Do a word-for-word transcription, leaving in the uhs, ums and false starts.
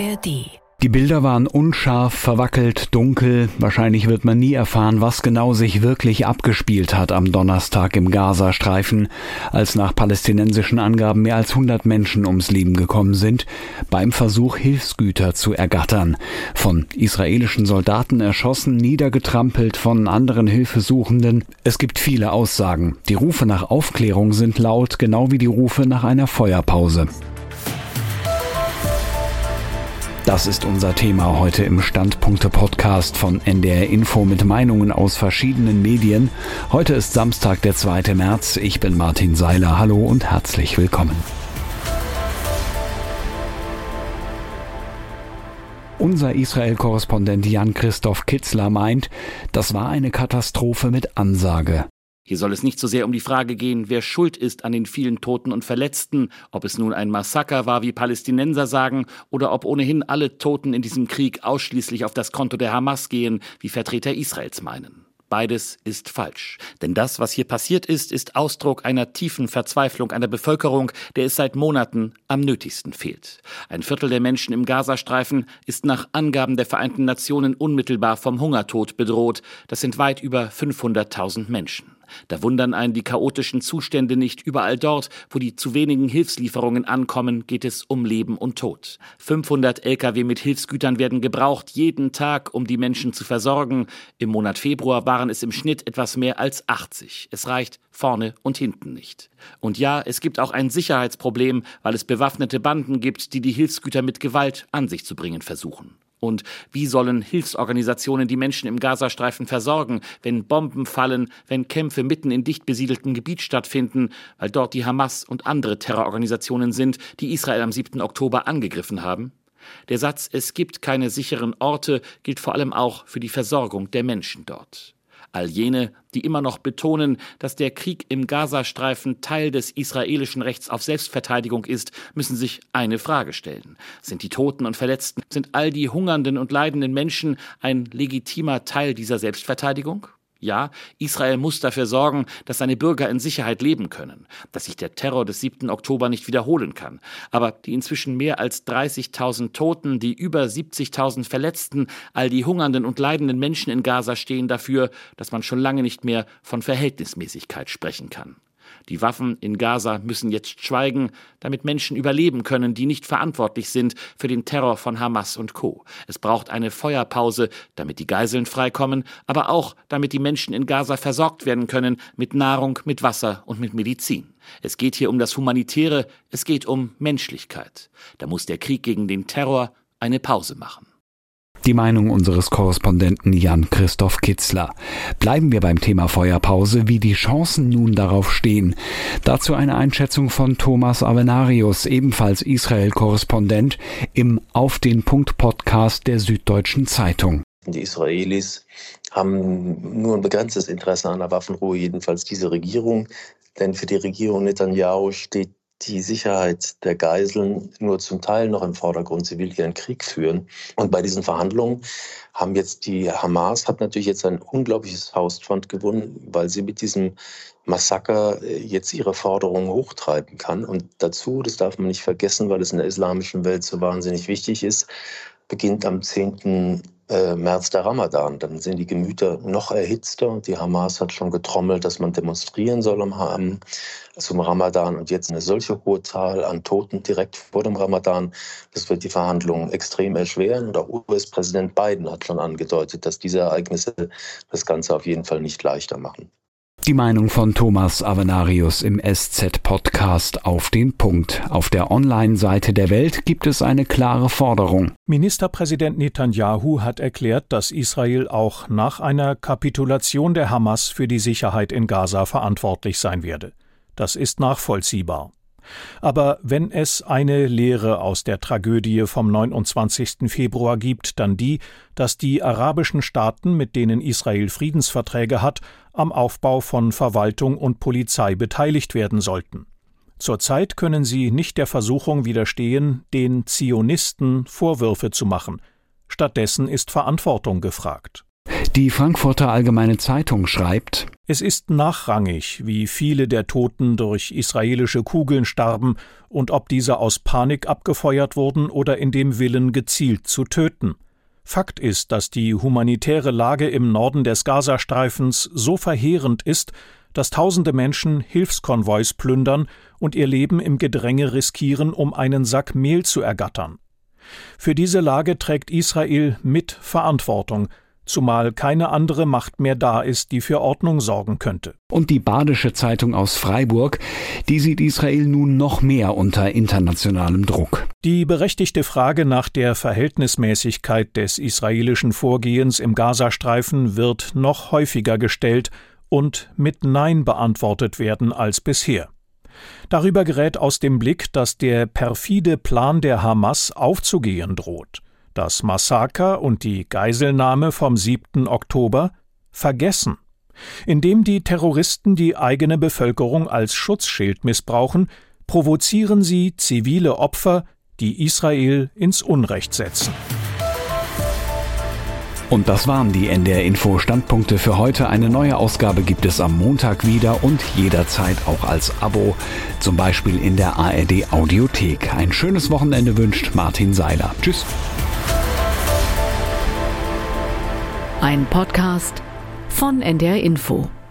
A R D. Die Bilder waren unscharf, verwackelt, dunkel. Wahrscheinlich wird man nie erfahren, was genau sich wirklich abgespielt hat am Donnerstag im Gazastreifen, als nach palästinensischen Angaben mehr als hundert Menschen ums Leben gekommen sind, beim Versuch, Hilfsgüter zu ergattern. Von israelischen Soldaten erschossen, niedergetrampelt von anderen Hilfesuchenden. Es gibt viele Aussagen. Die Rufe nach Aufklärung sind laut, genau wie die Rufe nach einer Feuerpause. Das ist unser Thema heute im Standpunkte-Podcast von N D R Info mit Meinungen aus verschiedenen Medien. Heute ist Samstag, der zweite März. Ich bin Martin Seiler. Hallo und herzlich willkommen. Unser Israel-Korrespondent Jan-Christoph Kitzler meint, das war eine Katastrophe mit Ansage. Hier soll es nicht so sehr um die Frage gehen, wer schuld ist an den vielen Toten und Verletzten, ob es nun ein Massaker war, wie Palästinenser sagen, oder ob ohnehin alle Toten in diesem Krieg ausschließlich auf das Konto der Hamas gehen, wie Vertreter Israels meinen. Beides ist falsch. Denn das, was hier passiert ist, ist Ausdruck einer tiefen Verzweiflung einer Bevölkerung, der es seit Monaten am nötigsten fehlt. Ein Viertel der Menschen im Gazastreifen ist nach Angaben der Vereinten Nationen unmittelbar vom Hungertod bedroht. Das sind weit über fünfhunderttausend Menschen. Da wundern einen die chaotischen Zustände nicht. Überall dort, wo die zu wenigen Hilfslieferungen ankommen, geht es um Leben und Tod. fünfhundert L K W mit Hilfsgütern werden gebraucht, jeden Tag, um die Menschen zu versorgen. Im Monat Februar waren es im Schnitt etwas mehr als achtzig. Es reicht vorne und hinten nicht. Und ja, es gibt auch ein Sicherheitsproblem, weil es bewaffnete Banden gibt, die die Hilfsgüter mit Gewalt an sich zu bringen versuchen. Und wie sollen Hilfsorganisationen die Menschen im Gazastreifen versorgen, wenn Bomben fallen, wenn Kämpfe mitten in dicht besiedeltem Gebiet stattfinden, weil dort die Hamas und andere Terrororganisationen sind, die Israel am siebten Oktober angegriffen haben? Der Satz, es gibt keine sicheren Orte, gilt vor allem auch für die Versorgung der Menschen dort. All jene, die immer noch betonen, dass der Krieg im Gazastreifen Teil des israelischen Rechts auf Selbstverteidigung ist, müssen sich eine Frage stellen. Sind die Toten und Verletzten, sind all die hungernden und leidenden Menschen ein legitimer Teil dieser Selbstverteidigung? Ja, Israel muss dafür sorgen, dass seine Bürger in Sicherheit leben können, dass sich der Terror des siebten Oktober nicht wiederholen kann. Aber die inzwischen mehr als dreißigtausend Toten, die über siebzigtausend Verletzten, all die hungernden und leidenden Menschen in Gaza stehen dafür, dass man schon lange nicht mehr von Verhältnismäßigkeit sprechen kann. Die Waffen in Gaza müssen jetzt schweigen, damit Menschen überleben können, die nicht verantwortlich sind für den Terror von Hamas und Co. Es braucht eine Feuerpause, damit die Geiseln freikommen, aber auch, damit die Menschen in Gaza versorgt werden können mit Nahrung, mit Wasser und mit Medizin. Es geht hier um das Humanitäre, es geht um Menschlichkeit. Da muss der Krieg gegen den Terror eine Pause machen. Die Meinung unseres Korrespondenten Jan-Christoph Kitzler. Bleiben wir beim Thema Feuerpause, wie die Chancen nun darauf stehen. Dazu eine Einschätzung von Thomas Avenarius, ebenfalls Israel-Korrespondent, im Auf den Punkt-Podcast der Süddeutschen Zeitung. Die Israelis haben nur ein begrenztes Interesse an der Waffenruhe, jedenfalls diese Regierung. Denn für die Regierung Netanyahu steht die Sicherheit der Geiseln nur zum Teil noch im Vordergrund. Sie will ihren Krieg führen. Und bei diesen Verhandlungen haben jetzt die Hamas hat natürlich jetzt ein unglaubliches Faustpfand gewonnen, weil sie mit diesem Massaker jetzt ihre Forderungen hochtreiben kann. Und dazu, das darf man nicht vergessen, weil es in der islamischen Welt so wahnsinnig wichtig ist, beginnt am zehnten März der Ramadan. Dann sind die Gemüter noch erhitzter und die Hamas hat schon getrommelt, dass man demonstrieren soll am, zum Ramadan. Und jetzt eine solche hohe Zahl an Toten direkt vor dem Ramadan, das wird die Verhandlungen extrem erschweren. Und auch U S-Präsident Biden hat schon angedeutet, dass diese Ereignisse das Ganze auf jeden Fall nicht leichter machen. Die Meinung von Thomas Avenarius im S Z-Podcast Auf den Punkt. Auf der Online-Seite der Welt gibt es eine klare Forderung. Ministerpräsident Netanyahu hat erklärt, dass Israel auch nach einer Kapitulation der Hamas für die Sicherheit in Gaza verantwortlich sein werde. Das ist nachvollziehbar. Aber wenn es eine Lehre aus der Tragödie vom neunundzwanzigsten Februar gibt, dann die, dass die arabischen Staaten, mit denen Israel Friedensverträge hat, am Aufbau von Verwaltung und Polizei beteiligt werden sollten. Zurzeit können sie nicht der Versuchung widerstehen, den Zionisten Vorwürfe zu machen. Stattdessen ist Verantwortung gefragt. Die Frankfurter Allgemeine Zeitung schreibt: Es ist nachrangig, wie viele der Toten durch israelische Kugeln starben und ob diese aus Panik abgefeuert wurden oder in dem Willen, gezielt zu töten. Fakt ist, dass die humanitäre Lage im Norden des Gazastreifens so verheerend ist, dass tausende Menschen Hilfskonvois plündern und ihr Leben im Gedränge riskieren, um einen Sack Mehl zu ergattern. Für diese Lage trägt Israel mit Verantwortung, zumal keine andere Macht mehr da ist, die für Ordnung sorgen könnte. Und die Badische Zeitung aus Freiburg, die sieht Israel nun noch mehr unter internationalem Druck. Die berechtigte Frage nach der Verhältnismäßigkeit des israelischen Vorgehens im Gazastreifen wird noch häufiger gestellt und mit Nein beantwortet werden als bisher. Darüber gerät aus dem Blick, dass der perfide Plan der Hamas aufzugehen droht. Das Massaker und die Geiselnahme vom siebten Oktober vergessen. Indem die Terroristen die eigene Bevölkerung als Schutzschild missbrauchen, provozieren sie zivile Opfer, die Israel ins Unrecht setzen. Und das waren die N D R-Info-Standpunkte für heute. Eine neue Ausgabe gibt es am Montag wieder und jederzeit auch als Abo, zum Beispiel in der A R D-Audiothek. Ein schönes Wochenende wünscht Martin Seiler. Tschüss. Ein Podcast von N D R Info.